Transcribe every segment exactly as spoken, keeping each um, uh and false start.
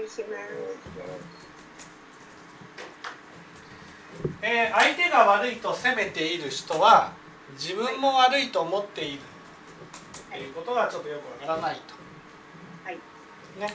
します。 えー、相手が悪いと責めている人は自分も悪いと思っているということがちょっとよくわからないと。 はい。 ね。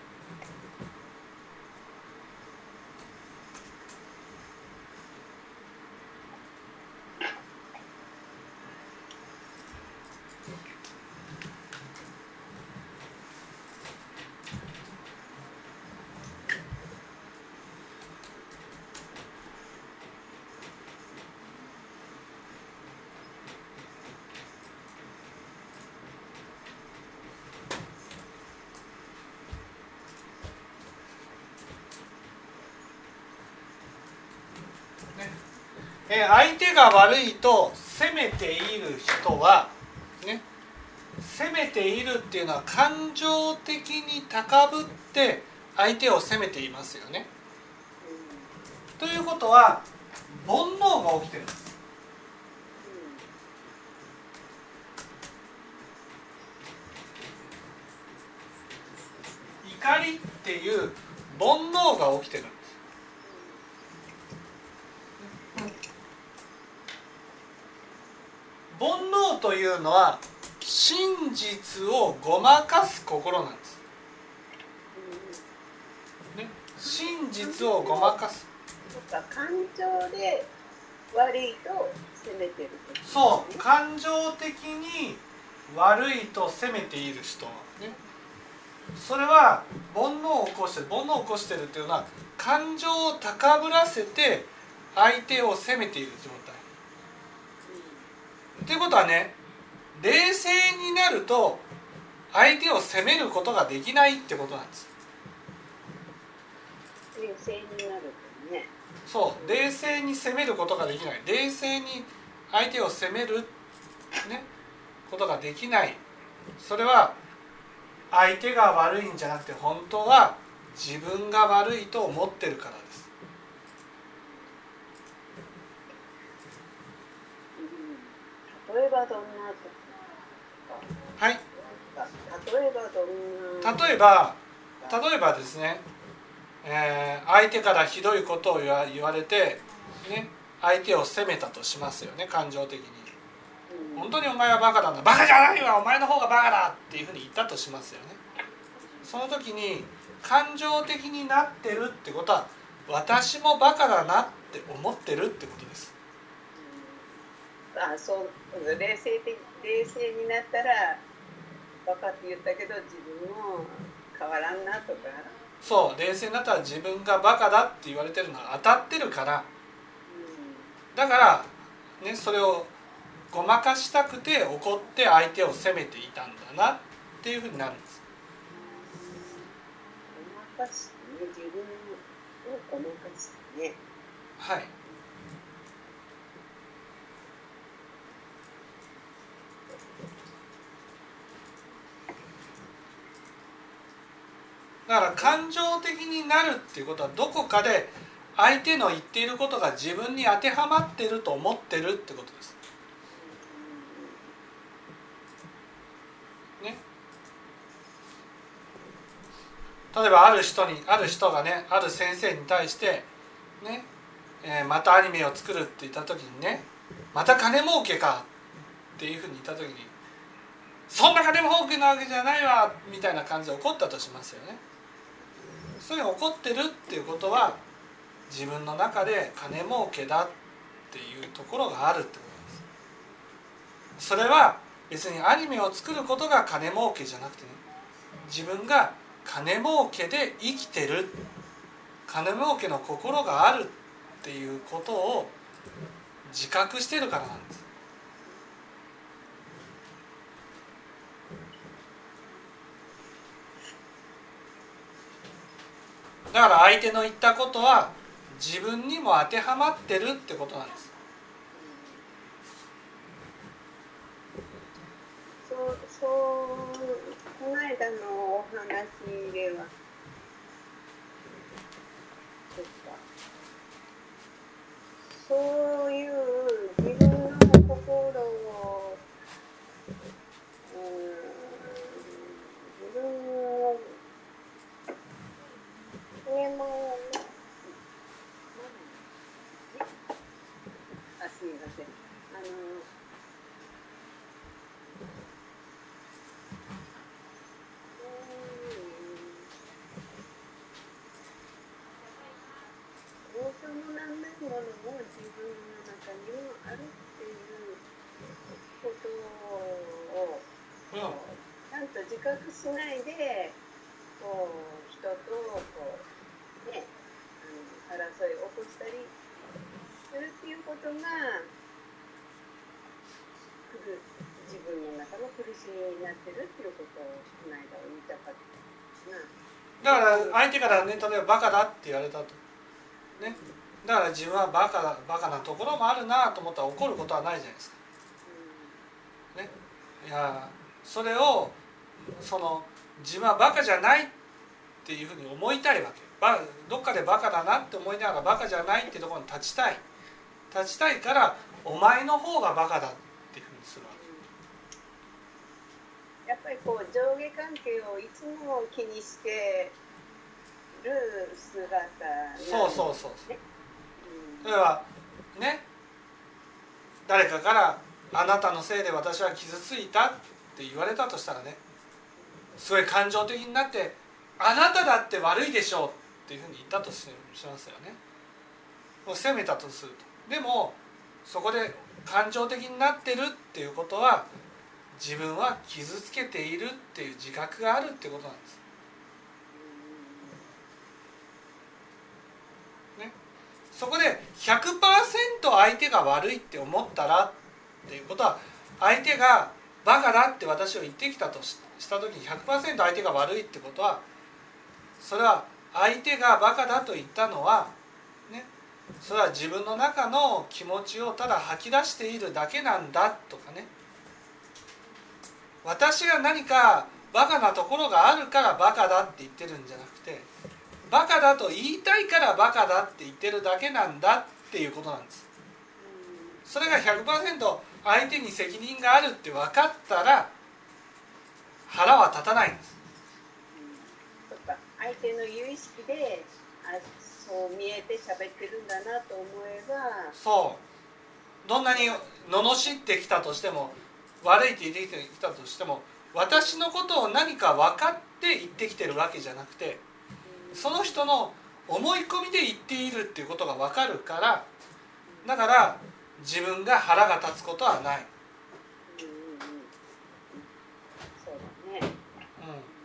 えー、相手が悪いと責めている人は、ね、責めているっていうのは感情的に高ぶって相手を責めていますよね。ということは煩悩が起きてるんです。怒りっていう煩悩が起きてるんです。煩悩というのは真実をごまかす心なんです、ね、真実をごまかす。 そうか、感情で悪いと責めてると、ね、 そう感情的に悪いと責めている人、ね、それは煩悩を起こしてる煩悩を起こしてるっていうのは感情を高ぶらせて相手を責めている状態。ということはね、冷静になると相手を責めることができないってことなんです。 冷静になるとね。 そう冷静に責めることができない。冷静に相手を責める、ね、ことができない。それは相手が悪いんじゃなくて本当は自分が悪いと思ってるからです。 例えばどんなはい。 例えばどんな例えば例えばですね、えー、相手からひどいことを言わ、言われて、ね、相手を責めたとしますよね、感情的に。うん、本当にお前はバカだな、バカじゃないわ、お前の方がバカだっていうふうに言ったとしますよね。その時に感情的になってるってことは私もバカだなって思ってるってことです。 あ、そう冷静的冷静になったらバカって言ったけど自分も変わらんなとか。 そう冷静になったら自分がバカだって言われてるのは当たってるから、うん、だからねそれをごまかしたくて怒って相手を責めていたんだなっていうふうになるんです。 ごまかしてね、自分をごまかしてね。 はい。だから感情的になるっていうことはどこかで相手の言っていることが自分に当てはまってると思ってるってことです。ね。例えばある人にある人がねある先生に対してね、えー、またアニメを作るって言った時にね、また金儲けかっていうふうに言った時に、そんな金儲けなわけじゃないわみたいな感じで怒ったとしますよね。そういう怒ってるっていうことは自分の中で金儲けだっていうところがあるってことです。それは別にアニメを作ることが金儲けじゃなくてね、自分が金儲けで生きてる、金儲けの心があるっていうことを自覚してるからなんです。だから相手の言ったことは自分にも当てはまってるってことなんです。 そう、そう、この間のお話では、そっか、そういう自分の心を、うん、自分をも自分の中にもあるっていうことを、うん、ちゃんと自覚しないでこう人とこう、ね、あの争いを起こしたりするっていうことが自分の中の苦しみになってるっていうことをこの間言いたかったな。 だから相手からね、例えばバカだって言われたと、ね、だから自分はバカだバカなところもあるなと思ったら怒ることはないじゃないですか、ね、いやそれをその自分はバカじゃないっていうふうに思いたいわけ。どっかでバカだなって思いながらバカじゃないっていうところに立ちたい立ちたいからお前の方がバカだっていうふうにするわけ。やっぱりこう上下関係をいつも気にしてる姿なんですね。 そうそうそうそう、うん、例えばね、誰かからあなたのせいで私は傷ついたって言われたとしたらね、すごい感情的になってあなただって悪いでしょうっていうふうに言ったとしますよね。もう責めたとすると。でもそこで感情的になってるっていうことは自分は傷つけているっていう自覚があるっていうことなんです、ね、そこで ひゃくパーセント 相手が悪いって思ったらっていうことは、相手がバカだって私を言ってきたとした時に ひゃくパーセント 相手が悪いってことは、それは相手がバカだと言ったのはね、それは自分の中の気持ちをただ吐き出しているだけなんだとかね、私が何かバカなところがあるからバカだって言ってるんじゃなくて、バカだと言いたいからバカだって言ってるだけなんだっていうことなんです。それが ひゃくパーセント 相手に責任があるって分かったら腹は立たないんです。 そっか、相手の有意識であそう見えて喋ってるんだなと思えば、 そうどんなに罵ってきたとしても悪いって言ってきたとしても、私のことを何か分かって言ってきてるわけじゃなくて、その人の思い込みで言っているっていうことが分かるから、だから自分が腹が立つことはない。 うんうんうん、そうだね、 うん、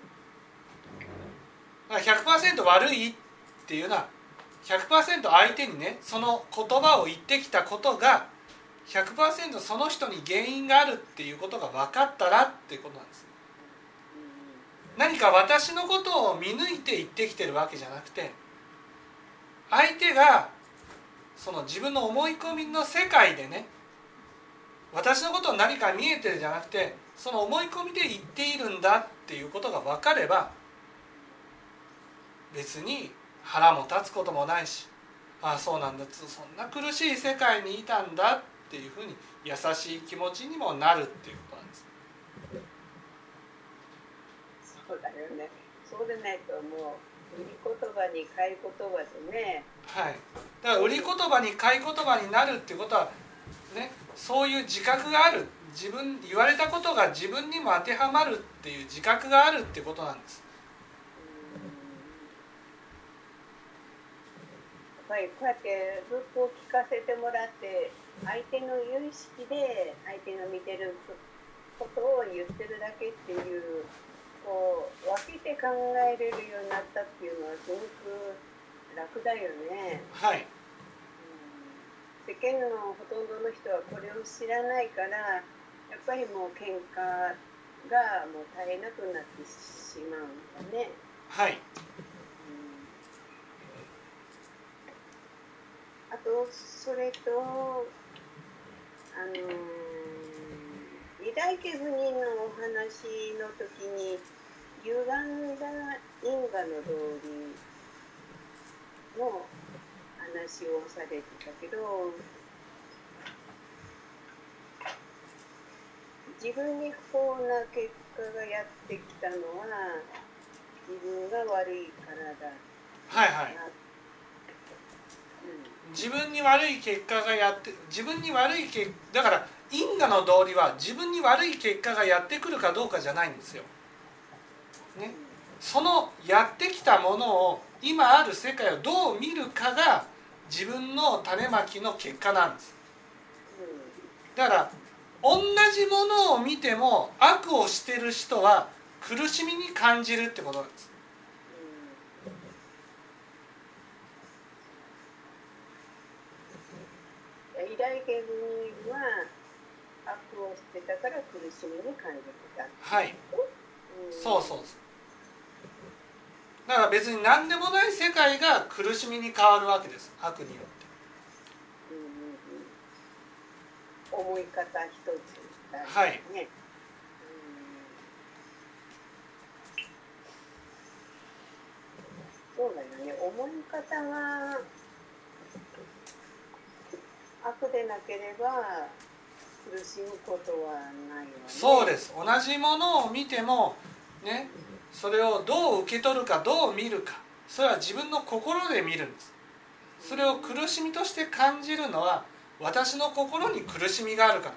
だから ひゃくパーセント 悪いっていうのは ひゃくパーセント 相手にね、その言葉を言ってきたことが ひゃくパーセント その人に原因があるっていうことが分かったらっていうことなんです。何か私のことを見抜いて言ってきてるわけじゃなくて、相手がその自分の思い込みの世界でね、私のことを何か見えてるじゃなくて、その思い込みで言っているんだっていうことが分かれば、別に腹も立つこともないし、ああそうなんだ、そんな苦しい世界にいたんだっていうふうに優しい気持ちにもなるっていうことなんです。 そうだよね。そうでないともう売り言葉に買い言葉でね。 はい。だから売り言葉に買い言葉になるっていうことはね、そういう自覚がある、自分言われたことが自分にも当てはまるっていう自覚があるっていうことなんです。 やっぱりこうやってずっと聞かせてもらって、相手の有意識で相手の見てることを言ってるだけっていうこう分けて考えれるようになったっていうのはすごく楽だよね。 はい、 うん、世間のほとんどの人はこれを知らないから、やっぱりもう喧嘩がもう絶えなくなってしまうんだね。 はい、 あとそれとあのー、二大家族人のお話の時に歪んだ因果の道理の話をされてたけど、自分に不幸な結果がやってきたのは自分が悪いからだ。 はいはい、うん、自分に悪い結果がやって自分に悪い結だから因果の道理は自分に悪い結果がやってくるかどうかじゃないんですよ、ね、そのやってきたものを今ある世界をどう見るかが自分の種まきの結果なんです。だから同じものを見ても悪をしてる人は苦しみに感じるってことなんです。 依頼権は悪をしてたから苦しみに感じてた。 はい、うん、そうそうそう。だから別に何でもない世界が苦しみに変わるわけです、悪によって。 うんうんうん、思い方一つだね。 はい。うん、 そうだよね。思い方が悪でなければ苦しむことはないよね。 そうです。同じものを見てもね、それをどう受け取るかどう見るか、それは自分の心で見るんです。それを苦しみとして感じるのは私の心に苦しみがあるから。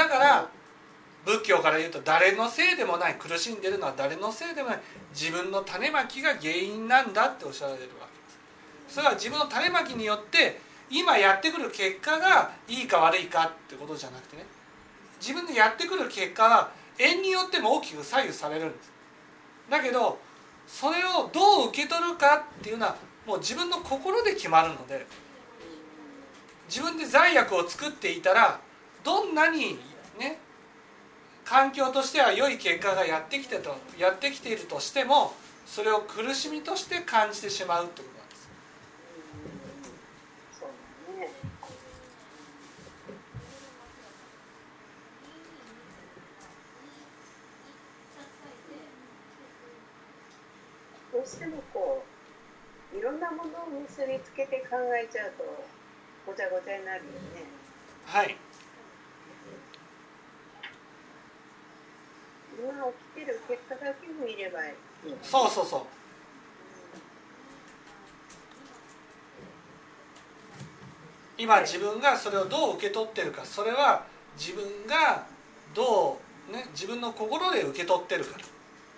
だから仏教から言うと誰のせいでもない、苦しんでるのは誰のせいでもない、自分の種まきが原因なんだっておっしゃられるわけです。それは自分の種まきによって今やってくる結果がいいか悪いかってことじゃなくてね、自分でやってくる結果は縁によっても大きく左右されるんです。だけどそれをどう受け取るかっていうのはもう自分の心で決まるので、自分で罪悪を作っていたらどんなにね環境としては良い結果がやってきてとやってきているとしても、それを苦しみとして感じてしまうってことなんです。 そうだね。どうしてもこういろんなものを結びつけて考えちゃうとごちゃごちゃになるよね。 はい。 今起きてる結果だけを見ればいい。 そうそうそう。今自分がそれをどう受け取ってるか、それは自分がどうね自分の心で受け取ってるから。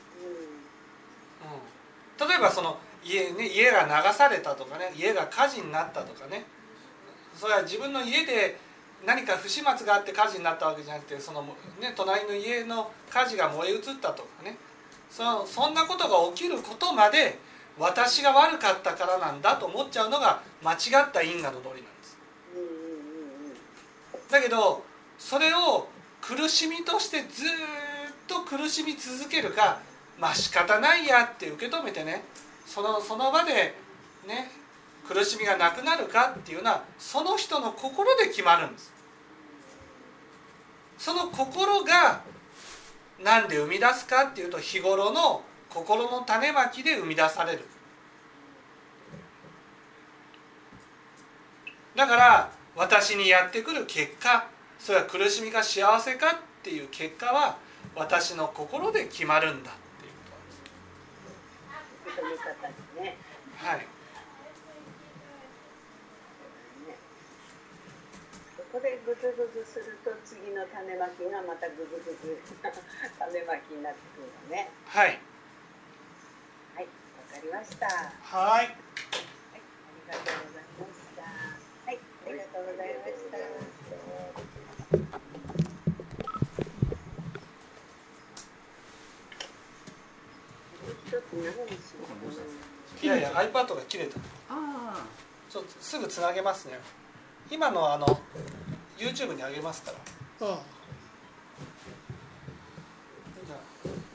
うん、例えばその家ね家が流されたとかね、家が火事になったとかね、それは自分の家で何か不始末があって火事になったわけじゃなくて、そのね隣の家の火事が燃え移ったとかね、そのそんなことが起きることまで私が悪かったからなんだと思っちゃうのが間違った因果の道理なんです。だけどそれを苦しみとしてずっと苦しみ続けるか、まあ仕方ないやって受け止めてね、そのその場でね苦しみがなくなるかっていうのはその人の心で決まるんです。その心が何で生み出すかっていうと、日頃の心の種まきで生み出される。だから私にやってくる結果、それは苦しみか幸せかっていう結果は私の心で決まるんだっていうことなんです。 受け止め方ですね。 はい。 ここでグズグズすると次の種まきがまたグズグズ種まきになってくるのね。 はい。 はい、わかりました。 はい。はい、 ありがとうございました。はい、ありがとうございました。一つ何にしようかな。 いやいや iPad が切れた。ああ。ちょっとすぐつなげますね。今のあの YouTube に上げますから。ああ。じゃあ。